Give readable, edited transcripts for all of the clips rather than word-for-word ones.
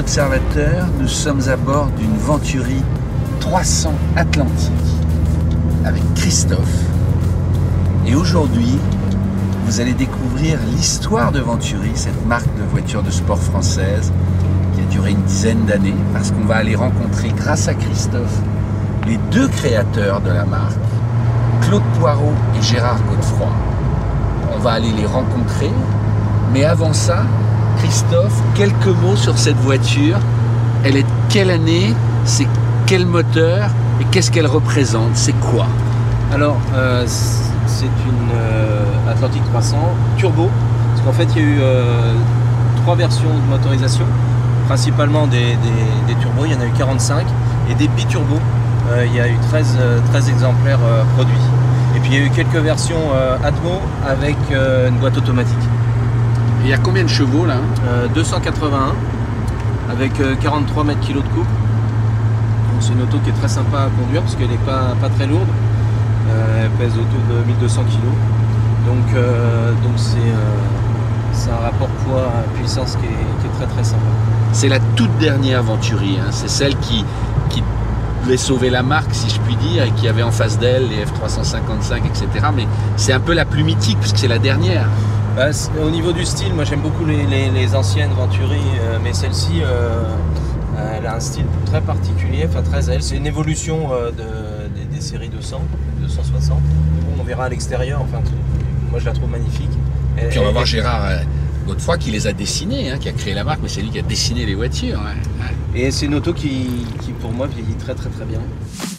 observateurs, nous sommes à bord d'une Venturi 300 Atlantique avec Christophe. Et aujourd'hui, vous allez découvrir l'histoire de Venturi, cette marque de voitures de sport française qui a duré une dizaine d'années, parce qu'on va aller rencontrer, grâce à Christophe, les deux créateurs de la marque, Claude Poirot et Gérard Godefroy. On va aller les rencontrer, mais avant ça, Christophe, quelques mots sur cette voiture. Elle est de quelle année? C'est quel moteur? Et qu'est-ce qu'elle représente? C'est quoi? Alors, c'est une Atlantique 300 turbo. Parce qu'en fait, il y a eu 3 versions de motorisation. Principalement des turbos, il y en a eu 45. Et des biturbos, il y a eu 13 exemplaires produits. Et puis, il y a eu quelques versions Atmo avec une boîte automatique. Il y a combien de chevaux là? 281 avec 43 mètres kg de couple. C'est une auto qui est très sympa à conduire parce qu'elle n'est pas très lourde. Elle pèse autour de 1200 kg. Donc c'est un rapport poids-puissance qui est très très sympa. C'est la toute dernière Venturi, hein. C'est celle qui voulait sauver la marque, si je puis dire, et qui avait en face d'elle les F355, etc. Mais c'est un peu la plus mythique puisque c'est la dernière. Bah, au niveau du style, moi j'aime beaucoup les anciennes Venturi, mais celle-ci, elle a un style très particulier, enfin très elle. C'est une évolution des séries 200, 260. On verra à l'extérieur, enfin, moi je la trouve magnifique. Et puis on va voir Gérard Godefroy qui les a dessinés, hein, qui a créé la marque, mais c'est lui qui a dessiné les voitures. Ouais. Et c'est une auto qui pour moi vieillit très très très bien.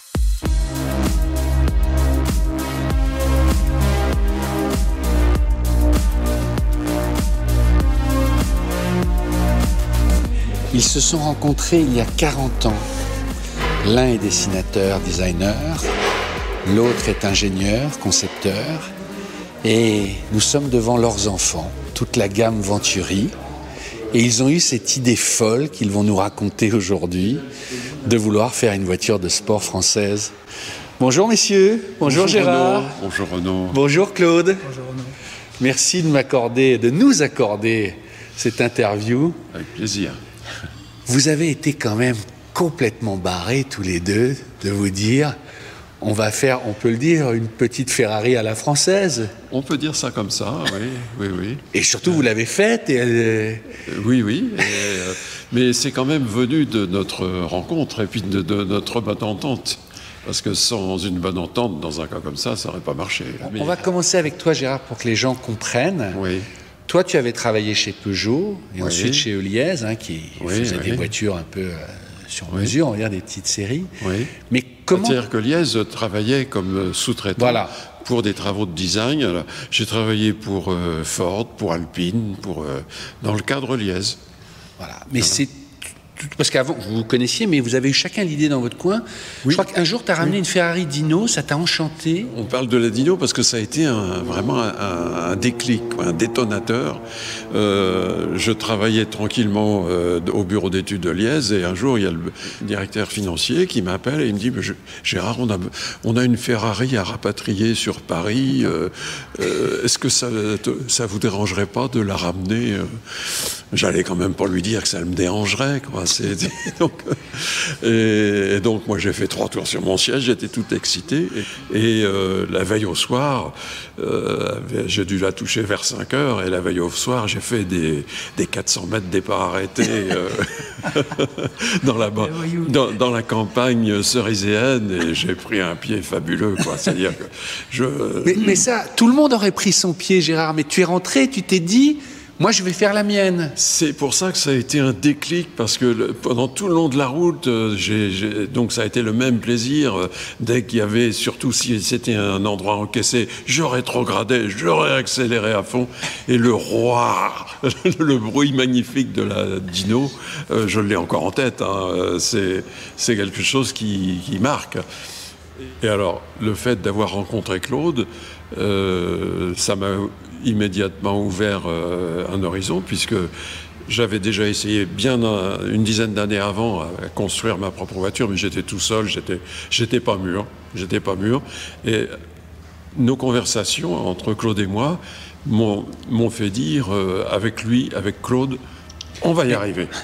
Ils se sont rencontrés il y a 40 ans. L'un est dessinateur, designer, l'autre est ingénieur, concepteur. Et nous sommes devant leurs enfants, toute la gamme Venturi. Et ils ont eu cette idée folle qu'ils vont nous raconter aujourd'hui, de vouloir faire une voiture de sport française. Bonjour messieurs, bonjour Gérard. Renaud. Bonjour Renaud. Bonjour Claude. Bonjour Renaud. Merci de nous accorder cette interview. Avec plaisir. Vous avez été quand même complètement barrés tous les deux de vous dire on va faire, on peut le dire, une petite Ferrari à la française. On peut dire ça comme ça, oui. Et surtout, vous l'avez faite. Oui. Mais c'est quand même venu de notre rencontre et puis de notre bonne entente. Parce que sans une bonne entente, dans un cas comme ça n'aurait pas marché. On va commencer avec toi, Gérard, pour que les gens comprennent. Oui. Toi, tu avais travaillé chez Peugeot et ensuite chez Heuliez, hein, qui faisait des voitures un peu sur mesure, on va dire des petites séries. Oui. Mais comment... C'est-à-dire que Heuliez travaillait comme sous-traitant pour des travaux de design. Alors, j'ai travaillé pour Ford, pour Alpine, dans le cadre Heuliez. Voilà. Mais c'est... Parce qu'avant, vous vous connaissiez, mais vous avez eu chacun l'idée dans votre coin. Oui. Je crois qu'un jour, tu as ramené une Ferrari Dino, ça t'a enchanté. On parle de la Dino parce que ça a été vraiment un déclic, un détonateur. Je travaillais tranquillement au bureau d'études de Liège et un jour, il y a le directeur financier qui m'appelle et il me dit Gérard, on a une Ferrari à rapatrier sur Paris. Est-ce que ça vous dérangerait pas de la ramener J'allais quand même pas lui dire que ça me dérangerait, quoi. Et donc, moi, j'ai fait 3 tours sur mon siège, j'étais tout excité. Et la veille au soir, j'ai dû la toucher vers 5 heures. Et la veille au soir, j'ai fait des 400 mètres départ arrêté dans la campagne ceriséenne. Et j'ai pris un pied fabuleux, quoi. C'est-à-dire que mais ça, tout le monde aurait pris son pied, Gérard. Mais tu es rentré, tu t'es dit... Moi, je vais faire la mienne. C'est pour ça que ça a été un déclic, parce que pendant tout le long de la route, donc ça a été le même plaisir. Dès qu'il y avait, surtout si c'était un endroit encaissé, je rétrogradais, j'aurais accéléré à fond. Et le bruit magnifique de la Dino, je l'ai encore en tête. Hein, c'est quelque chose qui marque. Et alors, le fait d'avoir rencontré Claude, ça m'a immédiatement ouvert un horizon, puisque j'avais déjà essayé bien une dizaine d'années avant à construire ma propre voiture, mais j'étais tout seul, j'étais pas mûr. Et nos conversations entre Claude et moi m'ont fait dire avec Claude, on va y arriver.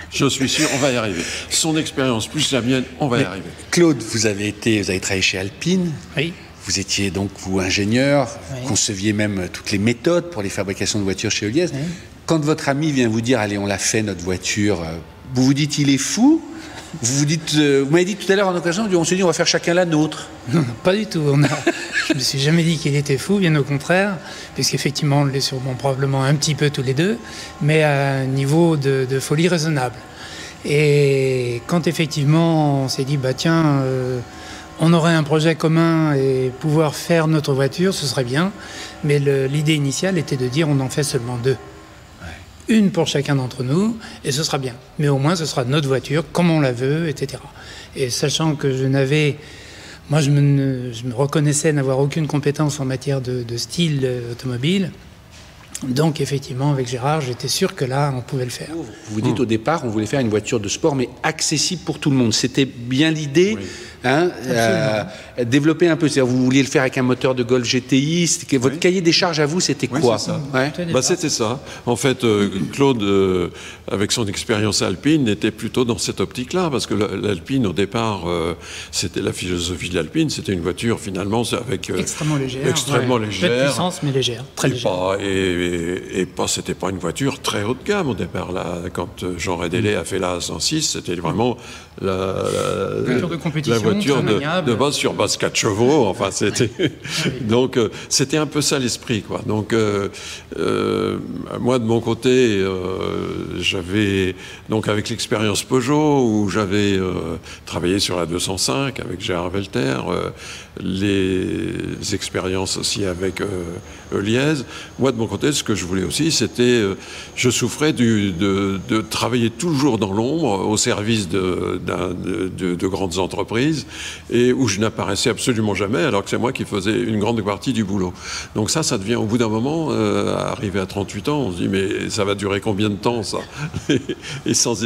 Je suis sûr, on va y arriver. Son expérience plus la mienne, on va y arriver. Claude, vous avez travaillé chez Alpine. Oui. Vous étiez donc, vous, ingénieur, Oui. conceviez même toutes les méthodes pour les fabrications de voitures chez Heuliez. Oui. Quand votre ami vient vous dire, allez, on l'a fait, notre voiture, vous vous dites, il est fou? Vous m'avez dit tout à l'heure en occasion, on s'est dit, on va faire chacun la nôtre. Non, pas du tout. Je me suis jamais dit qu'il était fou, bien au contraire, puisqu'effectivement, on l'est sûrement probablement un petit peu tous les deux, mais à un niveau de folie raisonnable. Et quand effectivement, on s'est dit, bah tiens, on aurait un projet commun et pouvoir faire notre voiture, ce serait bien. Mais l'idée initiale était de dire, on en fait seulement deux. Une pour chacun d'entre nous, et ce sera bien. Mais au moins, ce sera notre voiture, comme on la veut, etc. Et sachant que moi, je me reconnaissais n'avoir aucune compétence en matière de style automobile. Donc, effectivement, avec Gérard, j'étais sûr que là, on pouvait le faire. Vous dites au départ, on voulait faire une voiture de sport, mais accessible pour tout le monde. C'était bien l'idée, oui. Hein, développer un peu. C'est-à-dire, vous vouliez le faire avec un moteur de Golf GTI. Votre cahier des charges à vous, c'était Oui, quoi? c'est ça. Ouais. Bah, c'était ça. En fait, Claude, avec son expérience alpine, était plutôt dans cette optique-là, parce que l'Alpine, au départ, c'était la philosophie de l'Alpine, c'était une voiture finalement avec extrêmement légère. extrêmement Peu de légère. puissance, mais légère. Très légère. C'était pas une voiture très haut de gamme au départ. Là, quand Jean Rédélé a fait la 106, c'était vraiment la voiture de compétition, la voiture très maniable. de base sur base 4 chevaux. Enfin, c'était donc c'était un peu ça l'esprit, quoi. Donc moi de mon côté, j'avais donc avec l'expérience Peugeot où j'avais travaillé sur la 205 avec Gérard Velter, les expériences aussi avec Heuliez. Moi de mon côté, ce que je voulais aussi, c'était je souffrais de travailler toujours dans l'ombre au service de grandes entreprises et où je n'apparaissais absolument jamais alors que c'est moi qui faisais une grande partie du boulot. Donc ça devient au bout d'un moment, arrivé à 38 ans, on se dit mais ça va durer combien de temps ça? Et sans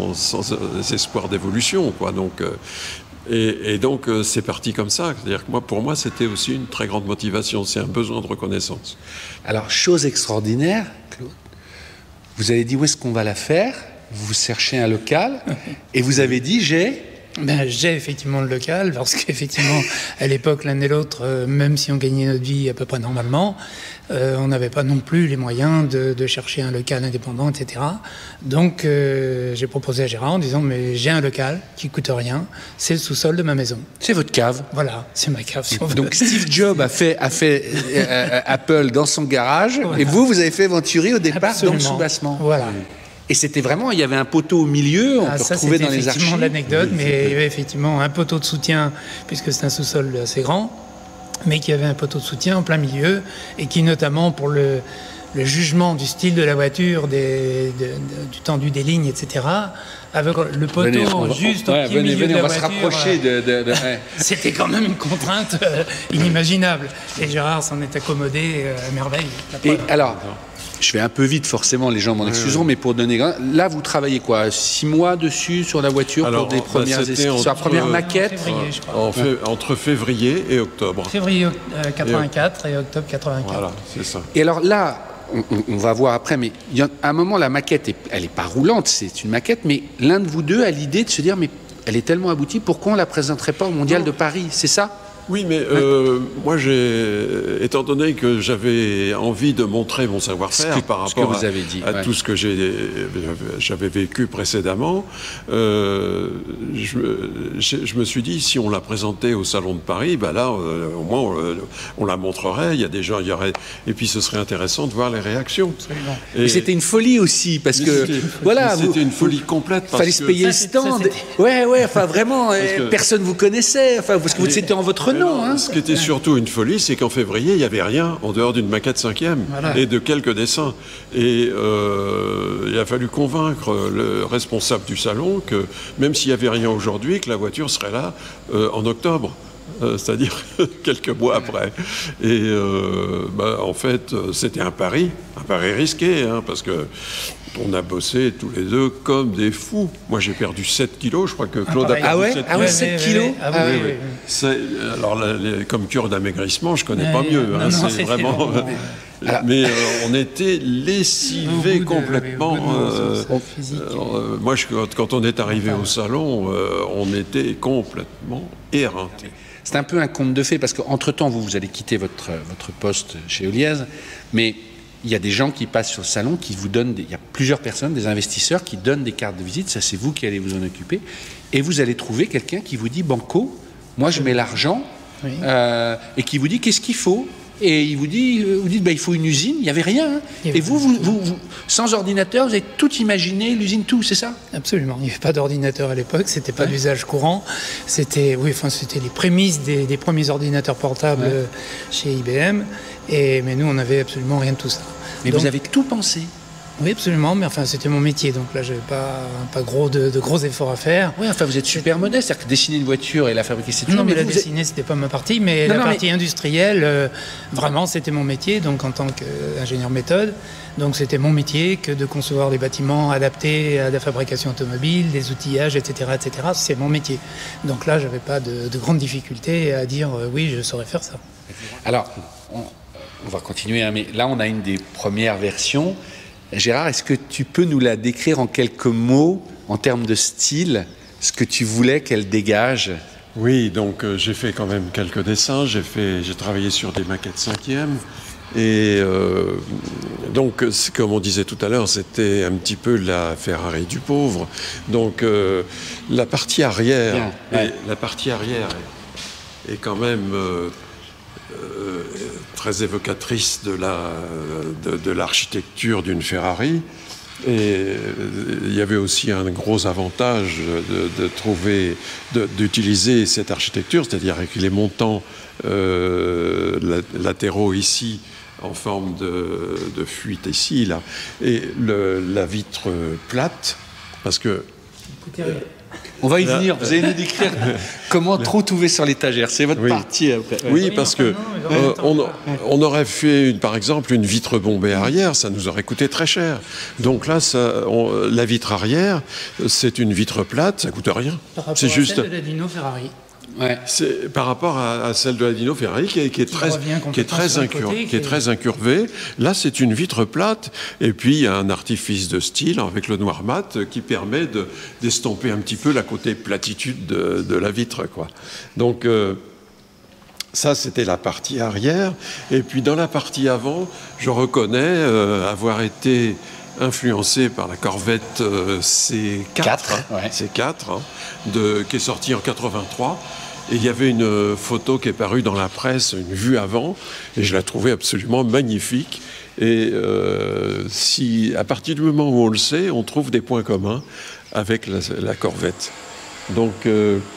espoir d'évolution, quoi. Donc et donc c'est parti comme ça. C'est-à-dire que pour moi c'était aussi une très grande motivation, c'est un besoin de reconnaissance. Alors, chose extraordinaire, Claude, vous avez dit où est-ce qu'on va la faire? Vous cherchez un local et vous avez dit j'ai effectivement le local, parce qu'effectivement, à l'époque, l'un et l'autre, même si on gagnait notre vie à peu près normalement, on n'avait pas non plus les moyens de chercher un local indépendant, etc. Donc, j'ai proposé à Gérard en disant, mais j'ai un local qui coûte rien, c'est le sous-sol de ma maison. C'est votre cave. Voilà, c'est ma cave. Si on veut. Donc Steve Jobs a fait Apple dans son garage, voilà. Et vous avez fait Venturi au départ dans le soubassement. Voilà. Et c'était vraiment, il y avait un poteau au milieu, on peut retrouver dans les archives. C'est effectivement l'anecdote, mais il y avait effectivement un poteau de soutien, puisque c'est un sous-sol assez grand, mais qui avait un poteau de soutien en plein milieu, et qui notamment pour le jugement du style de la voiture, du tendu des lignes, etc., avec le poteau juste au pied milieu de la voiture. On va se rapprocher C'était quand même une contrainte inimaginable. Et Gérard s'en est accommodé à merveille. Et alors, je vais un peu vite, forcément, les gens m'en excuseront, mais pour donner... Là, vous travaillez quoi? 6 mois dessus sur la voiture? Alors, pour des premières sur la première maquette? Février, je crois. Entre février et octobre. Février 84 et octobre 84. Voilà, c'est ça. Et alors là, on va voir après, mais à un moment, la maquette, elle n'est pas roulante, c'est une maquette, mais l'un de vous deux a l'idée de se dire, mais elle est tellement aboutie, pourquoi on ne la présenterait pas au Mondial de Paris? C'est ça? Oui, mais moi, étant donné que j'avais envie de montrer mon savoir-faire par rapport à tout ce que j'avais vécu précédemment, je me suis dit, si on la présentait au Salon de Paris, bah là, au moins, on la montrerait, il y a des gens, et puis ce serait intéressant de voir les réactions. Mais c'était une folie aussi, parce que, voilà... C'était une folie complète. Il fallait se payer le stand. Ouais, enfin, vraiment, personne ne vous connaissait, enfin, parce que c'était en votre nom. Ce qui était surtout une folie, c'est qu'en février, il n'y avait rien en dehors d'une maquette 5e et de quelques dessins. Et il a fallu convaincre le responsable du salon que même s'il n'y avait rien aujourd'hui, que la voiture serait là en octobre. C'est-à-dire quelques mois après. Et en fait, c'était un pari risqué, hein, parce que on a bossé tous les deux comme des fous. Moi, j'ai perdu 7 kilos. Je crois que Claude a perdu 7 kilos. Ah ouais, 7 kilos. Alors, comme cure d'amaigrissement, je connais pas mieux. Hein, c'est vraiment... Mais on était lessivés complètement. Moi, quand on est arrivé au salon, on était complètement éreintés. C'est un peu un conte de fées, parce qu'entre-temps, vous allez quitter votre poste chez Oliez, mais il y a des gens qui passent sur le salon, qui vous donnent, il y a plusieurs personnes, des investisseurs qui donnent des cartes de visite, ça c'est vous qui allez vous en occuper, et vous allez trouver quelqu'un qui vous dit « Banco, moi je mets l'argent oui. », et qui vous dit « Qu'est-ce qu'il faut ?» Et il vous dit bah, il faut une usine, il n'y avait rien. Hein. Et vous, sans ordinateur, vous avez tout imaginé, l'usine, tout, c'est ça? Absolument. Il n'y avait pas d'ordinateur à l'époque, c'était pas d'usage courant. C'était les prémices des premiers ordinateurs portables chez IBM. Mais nous, on n'avait absolument rien de tout ça. Mais donc, vous avez tout pensé? Oui, absolument, mais enfin, c'était mon métier, donc là, j'avais pas de gros efforts à faire. Oui, enfin, vous êtes super modeste, c'est-à-dire que dessiner une voiture et la fabriquer, c'est tout. Non, mais la dessiner, c'était pas ma partie, mais la partie industrielle, vraiment, c'était mon métier, donc en tant qu'ingénieur méthode. Donc, c'était mon métier que de concevoir des bâtiments adaptés à la fabrication automobile, des outillages, etc., etc. C'est mon métier. Donc là, j'avais pas de grandes difficultés à dire oui, je saurais faire ça. Alors, on va continuer, hein, mais là, on a une des premières versions. Gérard, est-ce que tu peux nous la décrire en quelques mots, en termes de style, ce que tu voulais qu'elle dégage? Oui, donc j'ai fait quand même quelques dessins, j'ai travaillé sur des maquettes 5e, et donc, comme on disait tout à l'heure, c'était un petit peu la Ferrari du pauvre. Donc, la partie arrière, la partie arrière est quand même... très évocatrice de l'architecture d'une Ferrari. Et il y avait aussi un gros avantage d'utiliser cette architecture, c'est-à-dire avec les montants latéraux ici, en forme de fuite ici, là, et la vitre plate, parce que... On va y venir, vous allez nous décrire comment trop trouver sur l'étagère, c'est votre partie après. Oui, parce que on aurait fait par exemple une vitre bombée arrière, ça nous aurait coûté très cher. Donc là, la vitre arrière, c'est une vitre plate, ça coûte rien. C'est juste celle de la Dino Ferrari. Ouais. C'est par rapport à celle de la Dino Ferrari qui est très incurvée. Là, c'est une vitre plate, et puis il y a un artifice de style avec le noir mat qui permet d'estomper un petit peu la côté platitude de la vitre, quoi. Donc ça, c'était la partie arrière. Et puis dans la partie avant, je reconnais avoir été influencé par la Corvette C4, qui est sortie en 83. Et il y avait une photo qui est parue dans la presse, une vue avant, et je la trouvais absolument magnifique. Et à partir du moment où on le sait, on trouve des points communs avec la Corvette. Donc,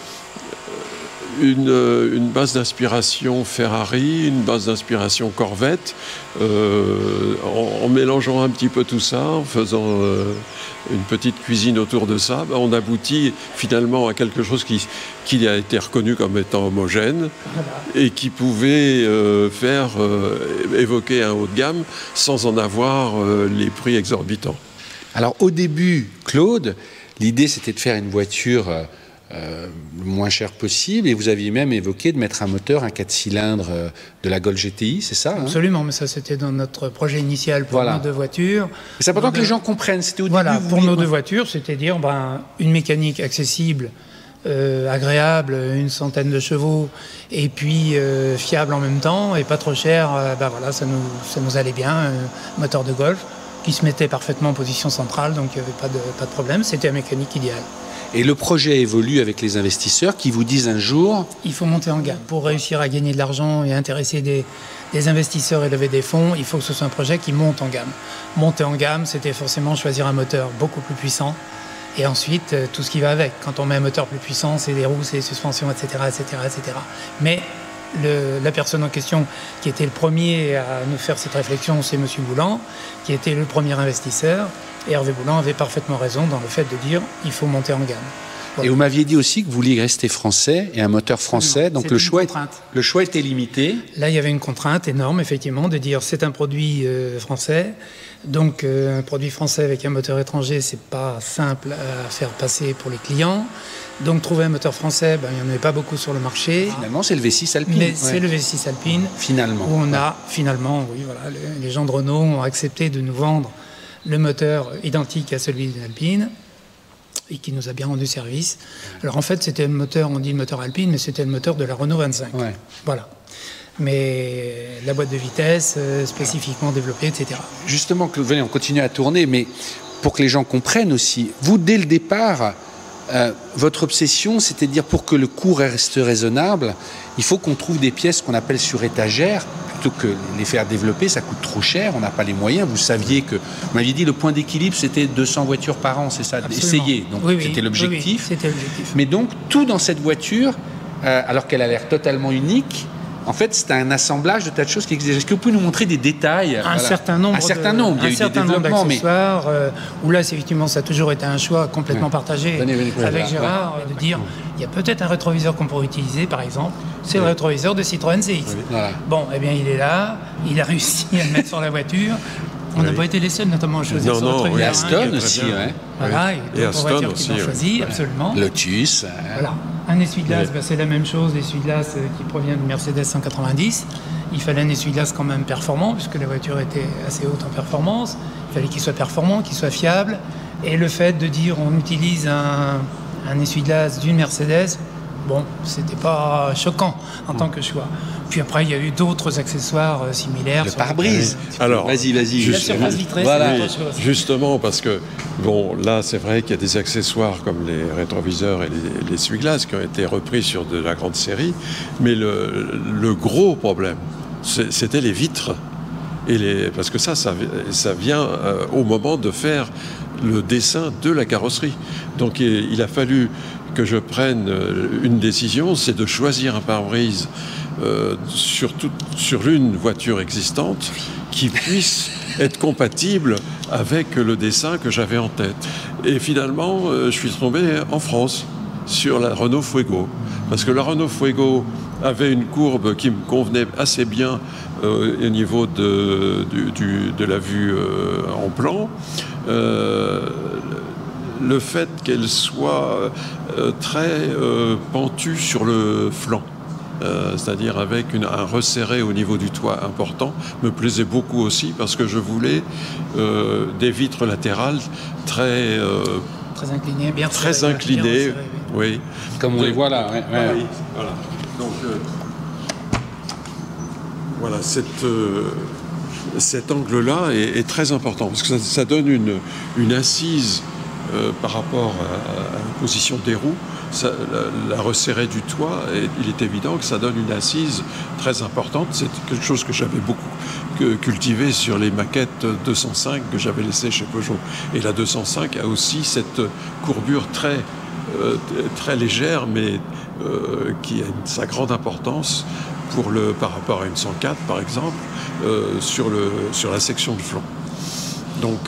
une base d'inspiration Ferrari, une base d'inspiration Corvette, en mélangeant un petit peu tout ça, en faisant une petite cuisine autour de ça, on aboutit finalement à quelque chose qui a été reconnu comme étant homogène et qui pouvait évoquer un haut de gamme sans en avoir les prix exorbitants. Alors au début, Claude, l'idée c'était de faire une voiture le moins cher possible, et vous aviez même évoqué de mettre un moteur, un 4 cylindres de la Golf GTI, c'est ça? Absolument, mais ça c'était dans notre projet initial pour nos deux voitures. C'est important que les gens comprennent, c'était au début. Voilà, pour nos deux voitures, c'était dire une mécanique accessible, agréable, une centaine de chevaux, et puis fiable en même temps, et pas trop cher, voilà, ça nous allait bien, moteur de Golf, qui se mettait parfaitement en position centrale, donc il n'y avait pas de problème, c'était la mécanique idéale. Et le projet évolue avec les investisseurs qui vous disent un jour... Il faut monter en gamme. Pour réussir à gagner de l'argent et intéresser des investisseurs et lever des fonds, il faut que ce soit un projet qui monte en gamme. Monter en gamme, c'était forcément choisir un moteur beaucoup plus puissant. Et ensuite, tout ce qui va avec. Quand on met un moteur plus puissant, c'est les roues, c'est les suspensions, etc., etc., etc. Mais la personne en question qui était le premier à nous faire cette réflexion, c'est M. Boulan, qui était le premier investisseur. Et Hervé Boulan avait parfaitement raison dans le fait de dire il faut monter en gamme. Et vous m'aviez dit aussi que vous vouliez rester français et un moteur français, donc le choix était limité. Là, il y avait une contrainte énorme, effectivement, de dire c'est un produit français. Donc, un produit français avec un moteur étranger, c'est pas simple à faire passer pour les clients. Donc, trouver un moteur français, il n'y en avait pas beaucoup sur le marché. Finalement, c'est le V6 Alpine. Mais c'est le V6 Alpine. Finalement. Où on a, finalement, oui, voilà, les gens de Renault ont accepté de nous vendre le moteur identique à celui d'une Alpine et qui nous a bien rendu service. Alors, en fait, c'était le moteur, on dit le moteur Alpine, mais c'était le moteur de la Renault 25. Ouais. Voilà. Mais la boîte de vitesse, spécifiquement développée, etc. Justement, Claude, venez, on continue à tourner, mais pour que les gens comprennent aussi, vous, dès le départ, votre obsession, c'était de dire pour que le coût reste raisonnable, il faut qu'on trouve des pièces qu'on appelle sur étagère, plutôt que les faire développer, ça coûte trop cher, on n'a pas les moyens. Vous saviez que, vous m'aviez dit, le point d'équilibre, c'était 200 voitures par an, c'est ça, d'essayer. Donc c'était l'objectif. Oui, c'était l'objectif. Mais donc, tout dans cette voiture, alors qu'elle a l'air totalement unique, en fait, c'est un assemblage de tas de choses qui existent. Est-ce que vous pouvez nous montrer des détails? Un certain nombre d'accessoires, où là, effectivement, ça a toujours été un choix complètement partagé avec Gérard, de dire, il y a peut-être un rétroviseur qu'on pourrait utiliser, par exemple. C'est le rétroviseur de Citroën CX. Voilà. Bon, eh bien, il est là, il a réussi à le mettre sur la voiture. On n'a pas été les seuls, notamment, à choisir ce rétroviseur. Et Aston aussi, ouais. Voilà, et Aston aussi, qui l'ont choisi, absolument. Lotus. Voilà. Un essuie-glace, c'est la même chose, l'essuie-glace qui provient de Mercedes 190. Il fallait un essuie-glace quand même performant, puisque la voiture était assez haute en performance. Il fallait qu'il soit performant, qu'il soit fiable. Et le fait de dire on utilise un essuie-glace d'une Mercedes, bon, c'était pas choquant en tant que choix. Puis après, il y a eu d'autres accessoires similaires. Le pare-brise. Alors, vas-y. La surface vitrée, voilà. c'est autre chose. Justement, parce que, bon, là, c'est vrai qu'il y a des accessoires comme les rétroviseurs et les essuie-glaces qui ont été repris sur de la grande série, mais le gros problème, c'était les vitres. Parce que ça vient au moment de faire le dessin de la carrosserie. Donc, il a fallu que je prenne une décision, c'est de choisir un pare-brise sur une voiture existante qui puisse être compatible avec le dessin que j'avais en tête. Et finalement, je suis tombé en France sur la Renault Fuego. Parce que la Renault Fuego avait une courbe qui me convenait assez bien au niveau de la vue en plan. Le fait qu'elle soit très pentue sur le flanc, c'est-à-dire avec un resserré au niveau du toit important, me plaisait beaucoup aussi parce que je voulais des vitres latérales très inclinées, bien très inclinées, oui. Comme on les voit là. Ouais. Oui, voilà. Donc voilà, cet angle-là est très important parce que ça donne une assise par rapport à la position des roues. La resserrée du toit, il est évident que ça donne une assise très importante. C'est quelque chose que j'avais beaucoup cultivé sur les maquettes 205 que j'avais laissées chez Peugeot. Et la 205 a aussi cette courbure très légère, mais qui a sa grande importance par rapport à une 104, par exemple, sur la section de flanc. Donc,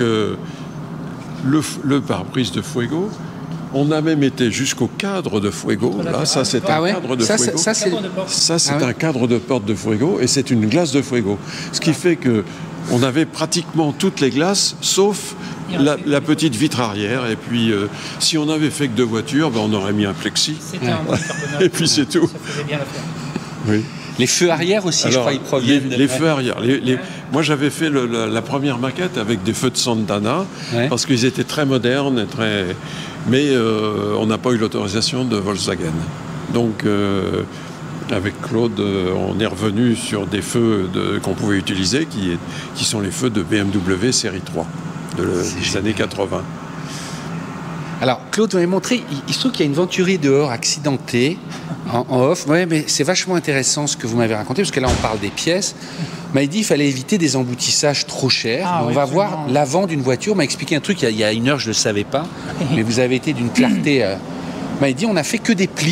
le pare-brise de Fuego, on a même été jusqu'au cadre de Fuego. Là, ça, c'est un cadre de Fuego. Ça, c'est un cadre de porte de Fuego et c'est une glace de Fuego. Ce qui fait que on avait pratiquement toutes les glaces, sauf la petite vitre arrière. Et puis, si on avait fait que 2 voitures, on aurait mis un plexi. Et puis, c'est tout. Ça faisait bien l'affaire. Oui. Les feux arrière aussi, je crois, ils proviennent. Les feux arrière. Moi, j'avais fait la première maquette avec des feux de Santana, parce qu'ils étaient très modernes, mais on n'a pas eu l'autorisation de Volkswagen. Donc, avec Claude, on est revenu sur des feux qu'on pouvait utiliser, qui sont les feux de BMW série 3, des années 80. Alors, Claude, vous m'avez montré, il se trouve qu'il y a une Venturi dehors accidentée, en off. Oui, mais c'est vachement intéressant ce que vous m'avez raconté, parce que là, on parle des pièces. On m'a dit qu'il fallait éviter des emboutissages trop chers. On va voir l'avant d'une voiture. On m'a expliqué un truc, il y a 1 heure, je ne le savais pas, mais vous avez été d'une clarté. On m'a dit, on n'a fait que des plis.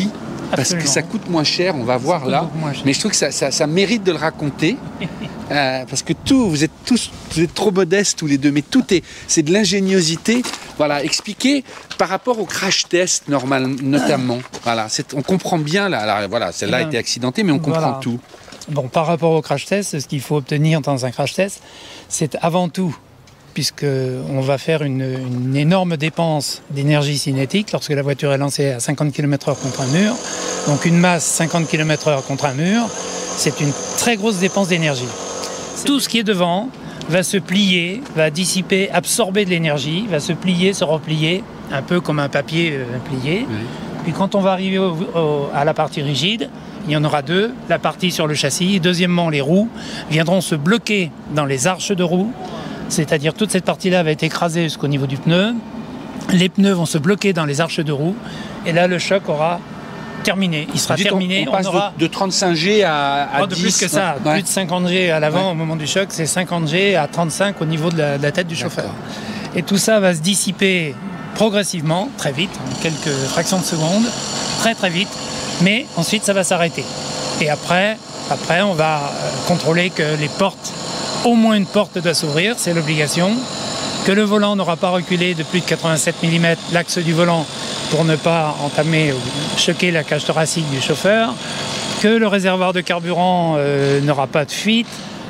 parce que ça coûte moins cher, on va voir là. Mais je trouve que ça mérite de le raconter. Parce que vous êtes trop modestes tous les deux, mais c'est de l'ingéniosité. Voilà, expliquez par rapport au crash test notamment. Voilà, on comprend bien là. Alors, voilà, celle-là a été accidentée, mais on comprend tout. Bon, par rapport au crash test, ce qu'il faut obtenir dans un crash test, c'est avant tout, puisqu'on va faire une énorme dépense d'énergie cinétique lorsque la voiture est lancée à 50 km/h contre un mur. Donc une masse 50 km/h contre un mur, c'est une très grosse dépense d'énergie. Tout ce qui est devant va se plier, va dissiper, absorber de l'énergie, va se plier, se replier, un peu comme un papier plié. Oui. Puis quand on va arriver à la partie rigide, il y en aura deux, la partie sur le châssis. Deuxièmement, les roues viendront se bloquer dans les arches de roues, c'est-à-dire toute cette partie-là va être écrasée jusqu'au niveau du pneu. Les pneus vont se bloquer dans les arches de roues, et là le choc aura terminé. Il sera terminé. On passe de 35 G à 10. De plus que ça, plus de 50 G à l'avant au moment du choc, c'est 50 G à 35 au niveau de la tête du chauffeur. Et tout ça va se dissiper progressivement, très vite, en quelques fractions de secondes, très très vite, mais ensuite ça va s'arrêter. Et après on va contrôler que les portes, au moins une porte doit s'ouvrir, c'est l'obligation, que le volant n'aura pas reculé de plus de 87 mm l'axe du volant pour ne pas entamer ou choquer la cage thoracique du chauffeur, que le réservoir de carburant n'aura pas de fuite,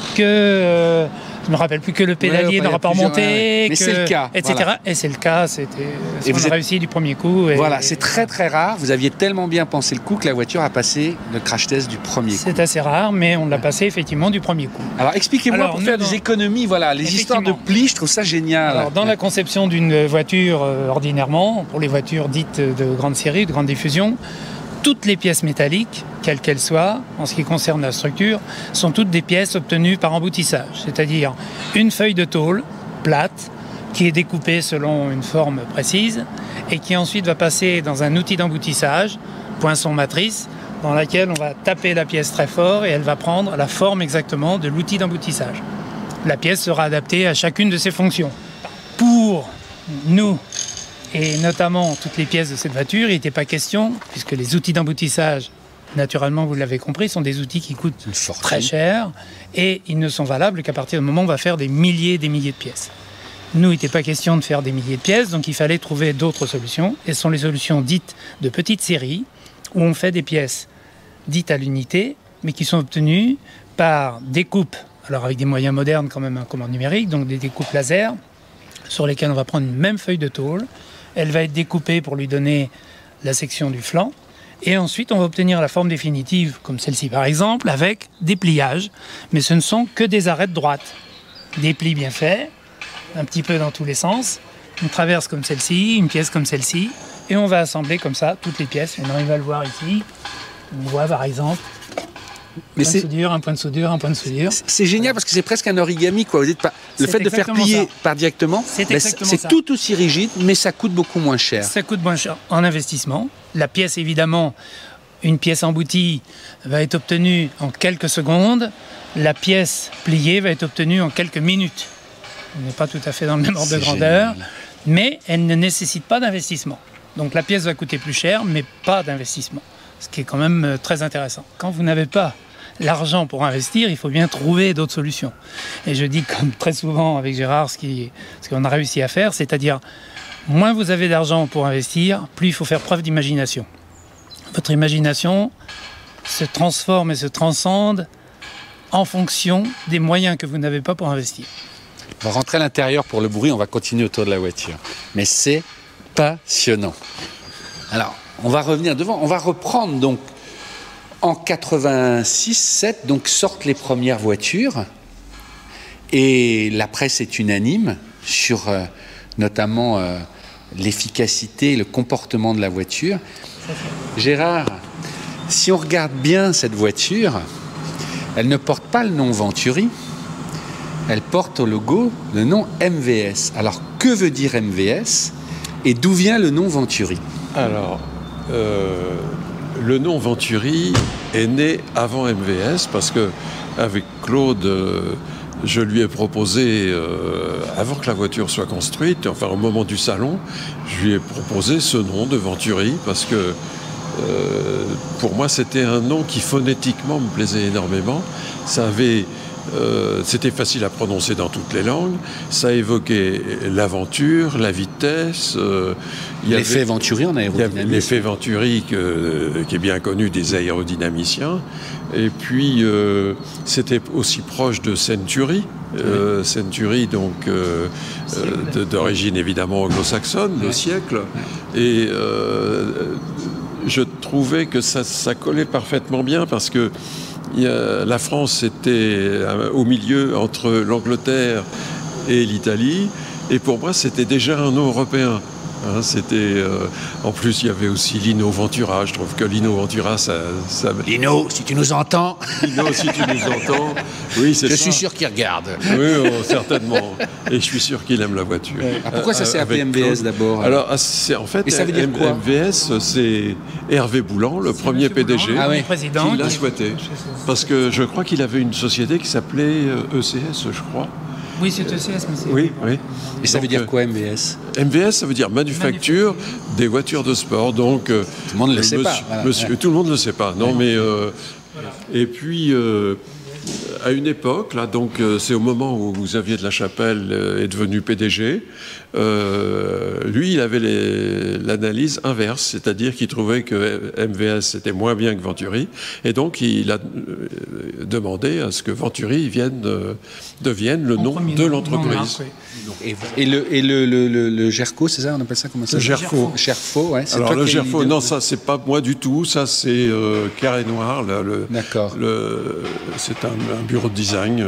que je ne me rappelle plus que le pédalier n'aura pas remonté, mais c'est le cas, etc. Voilà. Et c'est le cas, on a réussi du premier coup. Voilà, c'est très très rare. Vous aviez tellement bien pensé le coup que la voiture a passé le crash test du premier coup. C'est assez rare, mais on l'a passé effectivement du premier coup. Alors expliquez-moi pour faire des économies, voilà, les histoires de plis, je trouve ça génial. Alors dans la conception d'une voiture ordinairement, pour les voitures dites de grande série, de grande diffusion, toutes les pièces métalliques, quelles qu'elles soient, en ce qui concerne la structure, sont toutes des pièces obtenues par emboutissage. C'est-à-dire une feuille de tôle plate qui est découpée selon une forme précise et qui ensuite va passer dans un outil d'emboutissage, poinçon matrice, dans laquelle on va taper la pièce très fort et elle va prendre la forme exactement de l'outil d'emboutissage. La pièce sera adaptée à chacune de ses fonctions. Pour nous, et notamment toutes les pièces de cette voiture, il n'était pas question, puisque les outils d'emboutissage, naturellement, vous l'avez compris, sont des outils qui coûtent très cher et ils ne sont valables qu'à partir du moment où on va faire des milliers de pièces. Nous, il n'était pas question de faire des milliers de pièces, donc il fallait trouver d'autres solutions. Et ce sont les solutions dites de petite série, où on fait des pièces dites à l'unité, mais qui sont obtenues par découpes, alors avec des moyens modernes quand même, comme en numérique, donc des découpes laser, sur lesquelles on va prendre une même feuille de tôle. Elle va être découpée pour lui donner la section du flanc. Et ensuite, on va obtenir la forme définitive, comme celle-ci par exemple, avec des pliages. Mais ce ne sont que des arêtes droites. Des plis bien faits, un petit peu dans tous les sens. Une traverse comme celle-ci, une pièce comme celle-ci. Et on va assembler comme ça toutes les pièces. On arrive à le voir ici. On voit par exemple un point de soudure, un point de soudure. C'est génial parce que c'est presque un origami, quoi. Vous dites pas, le fait de faire plier par directement, c'est tout aussi rigide, mais ça coûte beaucoup moins cher. Ça coûte moins cher en investissement. La pièce, évidemment, une pièce emboutie va être obtenue en quelques secondes. La pièce pliée va être obtenue en quelques minutes. On n'est pas tout à fait dans le même ordre de grandeur, mais elle ne nécessite pas d'investissement. Donc la pièce va coûter plus cher, mais pas d'investissement. Ce qui est quand même très intéressant. Quand vous n'avez pas l'argent pour investir, il faut bien trouver d'autres solutions. Et je dis comme très souvent avec Gérard ce qu'on a réussi à faire, c'est-à-dire moins vous avez d'argent pour investir, plus il faut faire preuve d'imagination. Votre imagination se transforme et se transcende en fonction des moyens que vous n'avez pas pour investir. On va rentrer à l'intérieur pour le bruit, on va continuer autour de la voiture. Mais c'est passionnant. Alors, on va revenir devant, on va reprendre donc en 86-7, donc sortent les premières voitures et la presse est unanime sur notamment l'efficacité, le comportement de la voiture. Gérard, si on regarde bien cette voiture, elle ne porte pas le nom Venturi, elle porte au logo le nom MVS. Alors que veut dire MVS et d'où vient le nom Venturi? Alors, le nom Venturi est né avant MVS parce que avec Claude, je lui ai proposé, avant que la voiture soit construite, enfin au moment du salon, je lui ai proposé ce nom de Venturi parce que pour moi, c'était un nom qui phonétiquement me plaisait énormément. Ça avait... c'était facile à prononcer dans toutes les langues. Ça évoquait l'aventure, la vitesse. L'effet Venturi en aérodynamisme. L'effet Venturi qui est bien connu des aérodynamiciens. Et puis, c'était aussi proche de Century. Century, donc, d'origine évidemment anglo-saxonne, le siècle. Et je trouvais que ça collait parfaitement bien parce que la France était au milieu entre l'Angleterre et l'Italie, et pour moi c'était déjà un nom européen. En plus, il y avait aussi Lino Ventura. Je trouve que Lino Ventura, ça... Lino, si tu nous entends. Lino, si tu nous entends. Oui, c'est ça. Je suis sûr qu'il regarde. Oui, certainement. Et je suis sûr qu'il aime la voiture. Pourquoi ça s'est appelé MVS d'abord? Alors, en fait, et ça veut dire quoi? MVS, c'est Hervé Boulan, le premier PDG, qui l'a souhaité. Parce que je crois qu'il avait une société qui s'appelait ECS, je crois. Oui, c'est ECS, mais c'est... Oui. Et ça veut dire quoi, MVS? MVS, ça veut dire manufacture des voitures de sport. Donc, tout le monde ne le sait pas. Tout le monde ne le sait pas. Non, mais... Et puis... à une époque, là, donc c'est au moment où Xavier de la Chapelle est devenu PDG, lui, il avait l'analyse inverse, c'est-à-dire qu'il trouvait que MVS était moins bien que Venturi, et donc il a demandé à ce que Venturi devienne le nom de l'entreprise. Et le Gerco, c'est ça, on appelle ça comment ça? Le Gerfo. Gerfo, ouais. Alors le Gerfo, non, ça c'est pas moi du tout, ça c'est Carré Noir. D'accord. C'est un bureau de design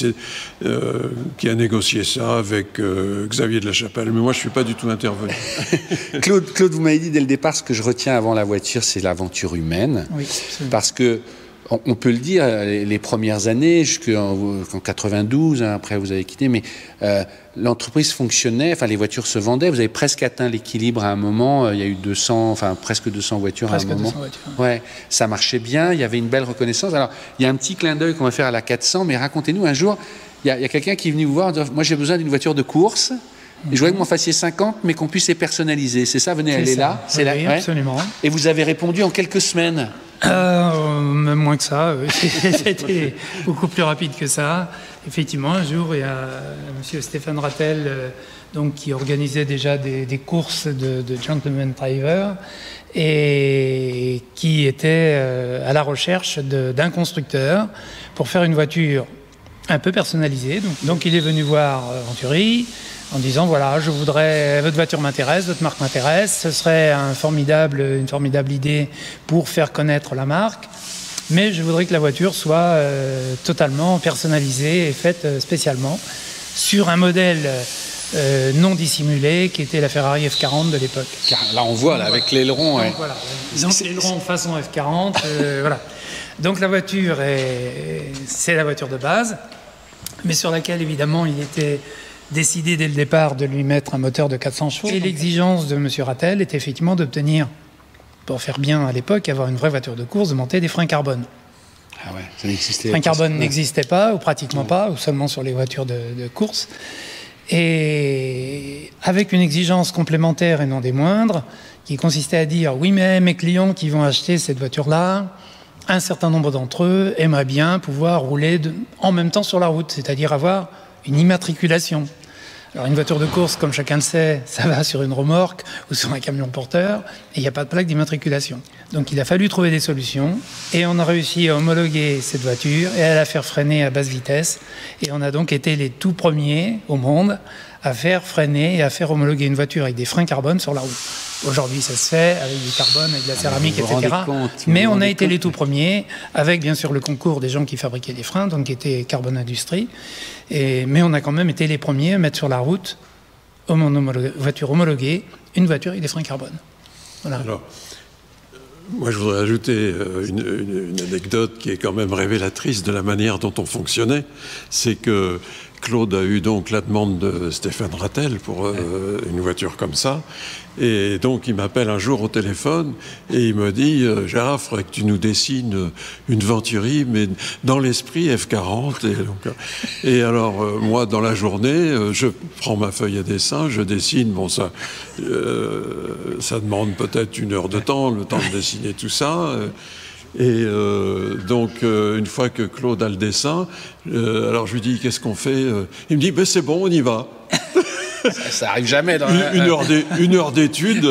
qui a négocié ça avec Xavier de la Chapelle. Mais moi, je ne suis pas du tout intervenu. Claude, vous m'avez dit dès le départ, ce que je retiens avant la voiture, c'est l'aventure humaine. Oui, parce que, on peut le dire, les premières années, jusqu'en 92, après vous avez quitté, mais l'entreprise fonctionnait, enfin les voitures se vendaient, vous avez presque atteint l'équilibre à un moment, il y a eu presque 200 voitures à un moment. Ouais, ça marchait bien, il y avait une belle reconnaissance. Alors, il y a un petit clin d'œil qu'on va faire à la 400, mais racontez-nous, un jour, il y a quelqu'un qui est venu vous voir, dire, moi j'ai besoin d'une voiture de course, et je voudrais que vous m'en fassiez 50, mais qu'on puisse les personnaliser. C'est ça, venez, elle est là. C'est là, oui, absolument. Et vous avez répondu en quelques semaines. Même moins que ça. C'était beaucoup plus rapide que ça. Effectivement, un jour, il y a M. Stéphane Rattel, donc, qui organisait déjà des courses de gentleman driver et qui était à la recherche d'un constructeur pour faire une voiture un peu personnalisée. Donc il est venu voir Venturi en disant, voilà, votre voiture m'intéresse, votre marque m'intéresse, ce serait une formidable idée pour faire connaître la marque, mais je voudrais que la voiture soit totalement personnalisée et faite spécialement sur un modèle non dissimulé qui était la Ferrari F40 de l'époque. Là on voit, là, avec l'aileron. Donc, voilà. Donc l'aileron façon F40, voilà. Donc la voiture, c'est la voiture de base, mais sur laquelle évidemment il était décidé dès le départ de lui mettre un moteur de 400 chevaux. Et l'exigence de M. Rattel était effectivement d'obtenir, pour faire bien à l'époque, avoir une vraie voiture de course, de monter des freins carbone. Ah ouais, ça n'existait pas. Les freins carbone n'existaient pas, ou pratiquement pas, ou seulement sur les voitures de course. Et avec une exigence complémentaire et non des moindres, qui consistait à dire, oui, mais mes clients qui vont acheter cette voiture-là, un certain nombre d'entre eux aimeraient bien pouvoir rouler en même temps sur la route, c'est-à-dire avoir une immatriculation. Alors une voiture de course, comme chacun le sait, ça va sur une remorque ou sur un camion porteur et il n'y a pas de plaque d'immatriculation. Donc il a fallu trouver des solutions et on a réussi à homologuer cette voiture et à la faire freiner à basse vitesse. Et on a donc été les tout premiers au monde à faire freiner et à faire homologuer une voiture avec des freins carbone sur la route. Aujourd'hui, ça se fait avec du carbone, avec de la céramique, etc. Mais on a été les tout premiers, avec bien sûr le concours des gens qui fabriquaient des freins, donc qui étaient Carbone Industrie. Mais on a quand même été les premiers à mettre sur la route, voiture homologuée, une voiture avec des freins carbone. Voilà. Alors, moi, je voudrais ajouter une anecdote qui est quand même révélatrice de la manière dont on fonctionnait. C'est que Claude a eu donc la demande de Stéphane Rattel pour une voiture comme ça. Et donc il m'appelle un jour au téléphone et il me dit « Gérard, il faudrait que tu nous dessines une Venturi, mais dans l'esprit F40 ». Et alors moi, dans la journée, je prends ma feuille à dessin, je dessine. Bon, ça demande peut-être 1 heure de temps, le temps de dessiner tout ça. Et donc, une fois que Claude a le dessin, alors je lui dis, qu'est-ce qu'on fait? Il me dit, ben, c'est bon, on y va. Ça arrive jamais dans une heure d'étude,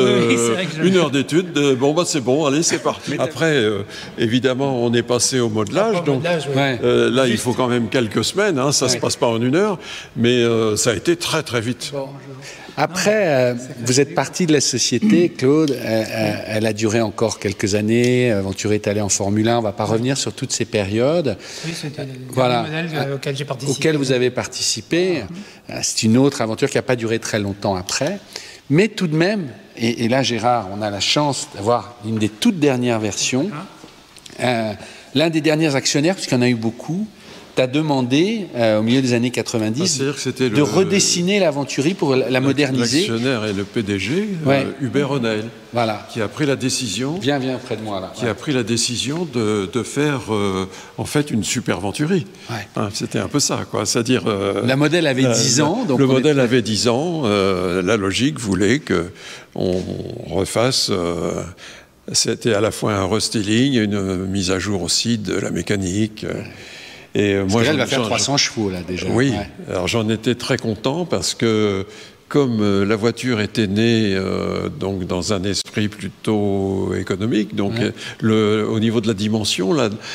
oui, bon, bah, c'est bon, allez, c'est parti. Après, évidemment, on est passé au modelage, donc là, il faut quand même quelques semaines, hein, ça se passe pas en 1 heure, mais ça a été très, très vite. Bon, Après, vous êtes parti de la société, Claude. Elle a duré encore quelques années. Venturi est allé en Formule 1. On ne va pas revenir sur toutes ces périodes. oui, c'était le Voilà. modèle auquel j'ai participé. Auquel vous avez participé. C'est une autre aventure qui n'a pas duré très longtemps après. Mais tout de même, et là, Gérard, on a la chance d'avoir une des toutes dernières versions. L'un des derniers actionnaires, puisqu'il y en a eu beaucoup, t'a demandé, au milieu des années 90, de redessiner la Venturi pour la moderniser. L'actionnaire et le PDG, Hubert Honnel, voilà, qui a pris la décision... Viens près de moi, là. Qui a pris la décision de faire, en fait, une super Venturi. Hein, c'était un peu ça, quoi. C'est-à-dire... la modèle avait 10 ans. Donc le modèle avait 10 ans. La logique voulait qu'on refasse... c'était à la fois un restyling, une mise à jour aussi de la mécanique... Et moi, elle va faire 300 chevaux, là, déjà. Oui, alors j'en étais très content parce que, comme la voiture était née donc dans un esprit plutôt économique, donc au niveau de la dimension,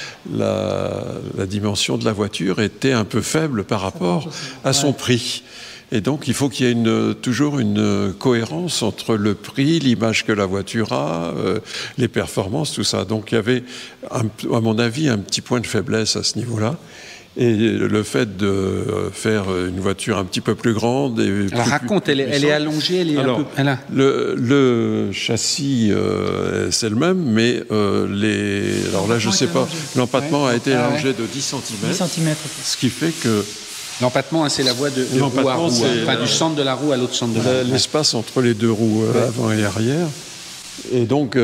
la dimension de la voiture était un peu faible par rapport à son prix. Et donc, il faut qu'il y ait toujours une cohérence entre le prix, l'image que la voiture a, les performances, tout ça. Donc, il y avait, à mon avis, un petit point de faiblesse à ce niveau-là. Et le fait de faire une voiture un petit peu plus grande... Alors, raconte, elle est allongée, elle est un peu... Le châssis, c'est le même, mais alors là, je ne sais pas, l'empattement a été allongé de 10 cm. 10 cm. Ce qui fait que... L'empattement, c'est la voie de roue à roue, enfin, du centre de la roue à l'autre centre de la roue. L'espace entre les deux roues, avant et arrière. Et donc,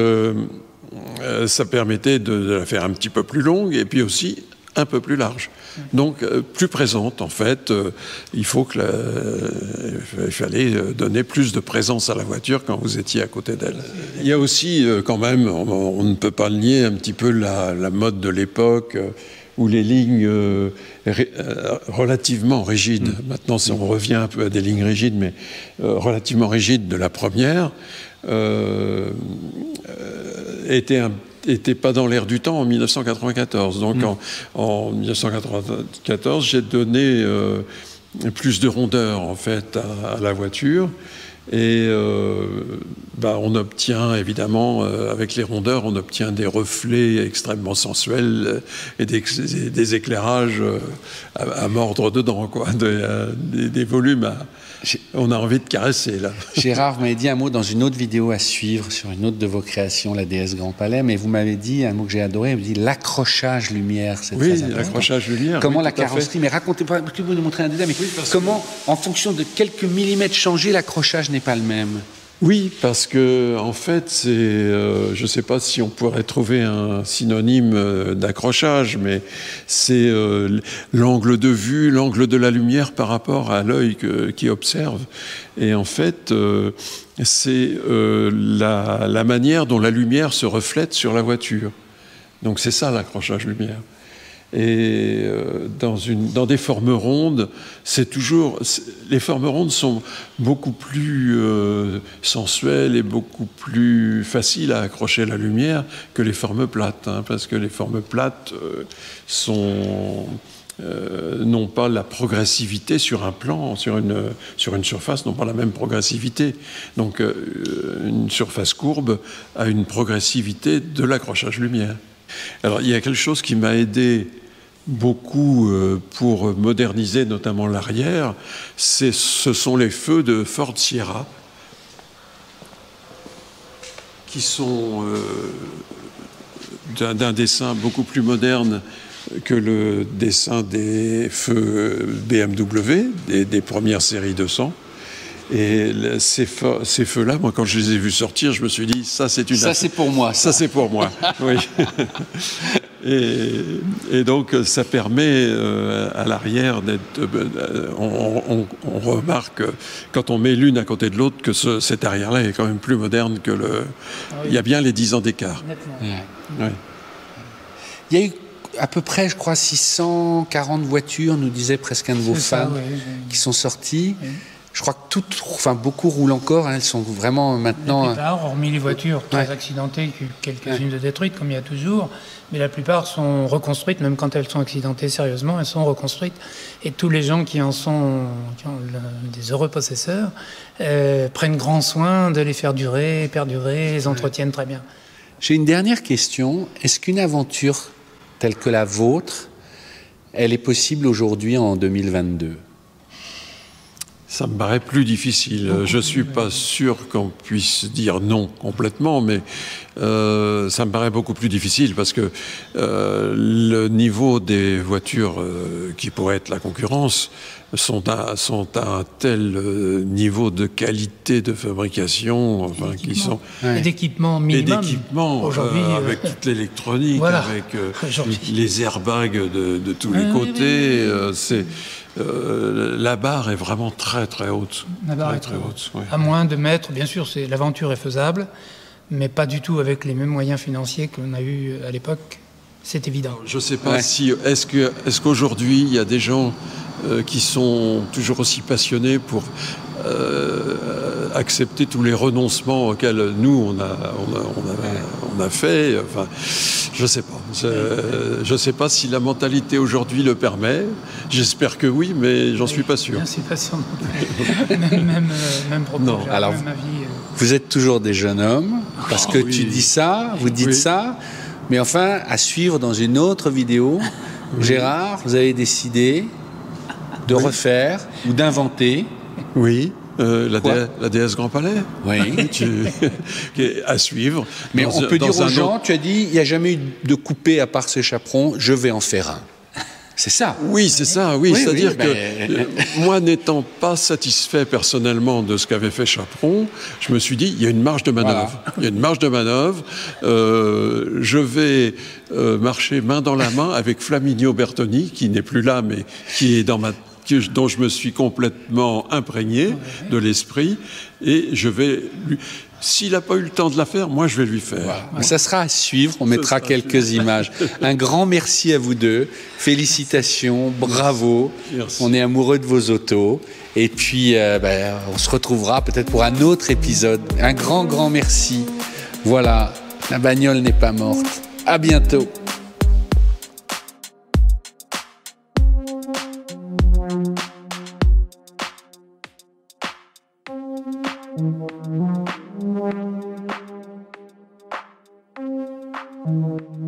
ça permettait de la faire un petit peu plus longue et puis aussi un peu plus large. Donc, plus présente, en fait. Il fallait donner plus de présence à la voiture quand vous étiez à côté d'elle. Il y a aussi, quand même, on ne peut pas le nier, un petit peu la mode de l'époque, où les lignes relativement rigides, maintenant on revient un peu à des lignes rigides, mais relativement rigides de la première, étaient pas dans l'air du temps en 1994. Donc en 1994, j'ai donné plus de rondeur en fait à la voiture. Et on obtient évidemment, avec les rondeurs, on obtient des reflets extrêmement sensuels et des éclairages à mordre dedans, quoi, des volumes on a envie de caresser, là. Gérard, vous m'avez dit un mot dans une autre vidéo à suivre, sur une autre de vos créations, la DS Grand Palais, mais vous m'avez dit un mot que j'ai adoré, vous m'avez dit l'accrochage lumière. C'est très important. L'accrochage lumière. Comment la carrosserie, mais racontez, parce que vous nous montrez un détail, mais comment, en fonction de quelques millimètres changés, l'accrochage n'est pas le même? Oui, parce que en fait, je ne sais pas si on pourrait trouver un synonyme d'accrochage, mais c'est l'angle de vue, l'angle de la lumière par rapport à l'œil qui observe. Et en fait, c'est la manière dont la lumière se reflète sur la voiture. Donc c'est ça l'accrochage lumière. Et dans des formes rondes, les formes rondes sont beaucoup plus sensuelles et beaucoup plus faciles à accrocher la lumière que les formes plates, hein, parce que les formes plates n'ont pas la progressivité sur un plan, sur une surface, n'ont pas la même progressivité. Donc une surface courbe a une progressivité de l'accrochage lumière. Alors il y a quelque chose qui m'a aidé beaucoup pour moderniser notamment l'arrière, ce sont les feux de Ford Sierra qui sont d'un dessin beaucoup plus moderne que le dessin des feux BMW, des premières séries 200. Et ces feux-là, moi, quand je les ai vus sortir, je me suis dit, ça, c'est une... Ça, c'est pour moi. Ça, c'est pour moi, oui. Et donc, ça permet à l'arrière d'être... on remarque, quand on met l'une à côté de l'autre, que cet arrière-là est quand même plus moderne que le... Ah oui. Il y a bien les 10 ans d'écart. Nettement. Ouais. Il y a eu à peu près, je crois, 640 voitures, nous disait presque un de vos C'est ça, fans, oui. qui sont sorties. Oui. Je crois que beaucoup roulent encore. Hein, elles sont vraiment maintenant... La plupart, hormis les voitures très Ouais. accidentées, quelques-unes de détruites, comme il y a toujours, mais la plupart sont reconstruites, même quand elles sont accidentées sérieusement, elles sont reconstruites. Et tous les gens qui ont des heureux possesseurs, prennent grand soin de les faire durer, perdurer, les entretiennent très bien. J'ai une dernière question. Est-ce qu'une aventure telle que la vôtre, elle est possible aujourd'hui en 2022 ? Ça me paraît plus difficile. Je ne suis pas sûr qu'on puisse dire non complètement, mais ça me paraît beaucoup plus difficile parce que le niveau des voitures qui pourraient être la concurrence sont à un tel niveau de qualité de fabrication, enfin, qui sont... Et d'équipement minimum. Et d'équipement, aujourd'hui, avec toute l'électronique, voilà. avec Aujourd'hui. les airbags de tous les côtés. La barre est vraiment très très haute. La barre très, est très haute. Ouais. À moins de mettre, bien sûr, l'aventure est faisable, mais pas du tout avec les mêmes moyens financiers qu'on a eu à l'époque. C'est évident. Je ne sais pas si... Est-ce qu'aujourd'hui, il y a des gens qui sont toujours aussi passionnés pour accepter tous les renoncements auxquels nous, on a fait. Enfin, je ne sais pas. Je ne sais pas si la mentalité aujourd'hui le permet. J'espère que oui, mais j'en suis pas sûr. Je ne suis pas sûr non plus. même propos. Non. Alors, même avis, vous êtes toujours des jeunes hommes, parce que oui. tu dis ça, vous dites Oui. ça, mais enfin, à suivre dans une autre vidéo, Gérard, vous avez décidé de refaire ou d'inventer. Oui. La Quoi déesse Grand Palais. Oui. Qui est à suivre. Mais on peut dire aux gens, autre... tu as dit, il n'y a jamais eu de coupé à part ce chaperon, je vais en faire un. C'est ça. Oui, c'est ça, oui. Oui, C'est-à-dire oui, que moi, n'étant pas satisfait personnellement de ce qu'avait fait Chaperon, je me suis dit, il y a une marge de manœuvre. Voilà. Il y a une marge de manœuvre. Je vais marcher main dans la main avec Flaminio Bertoni, qui n'est plus là, mais qui est dont je me suis complètement imprégné de l'esprit, et je vais lui... S'il n'a pas eu le temps de la faire, moi je vais lui faire. Voilà. Mais ça sera à suivre, on mettra quelques images. Un grand merci à vous deux, félicitations, bravo, Merci. on est amoureux de vos autos, et puis on se retrouvera peut-être pour un autre épisode. Un grand merci. Voilà, la bagnole n'est pas morte. À bientôt. Thank you.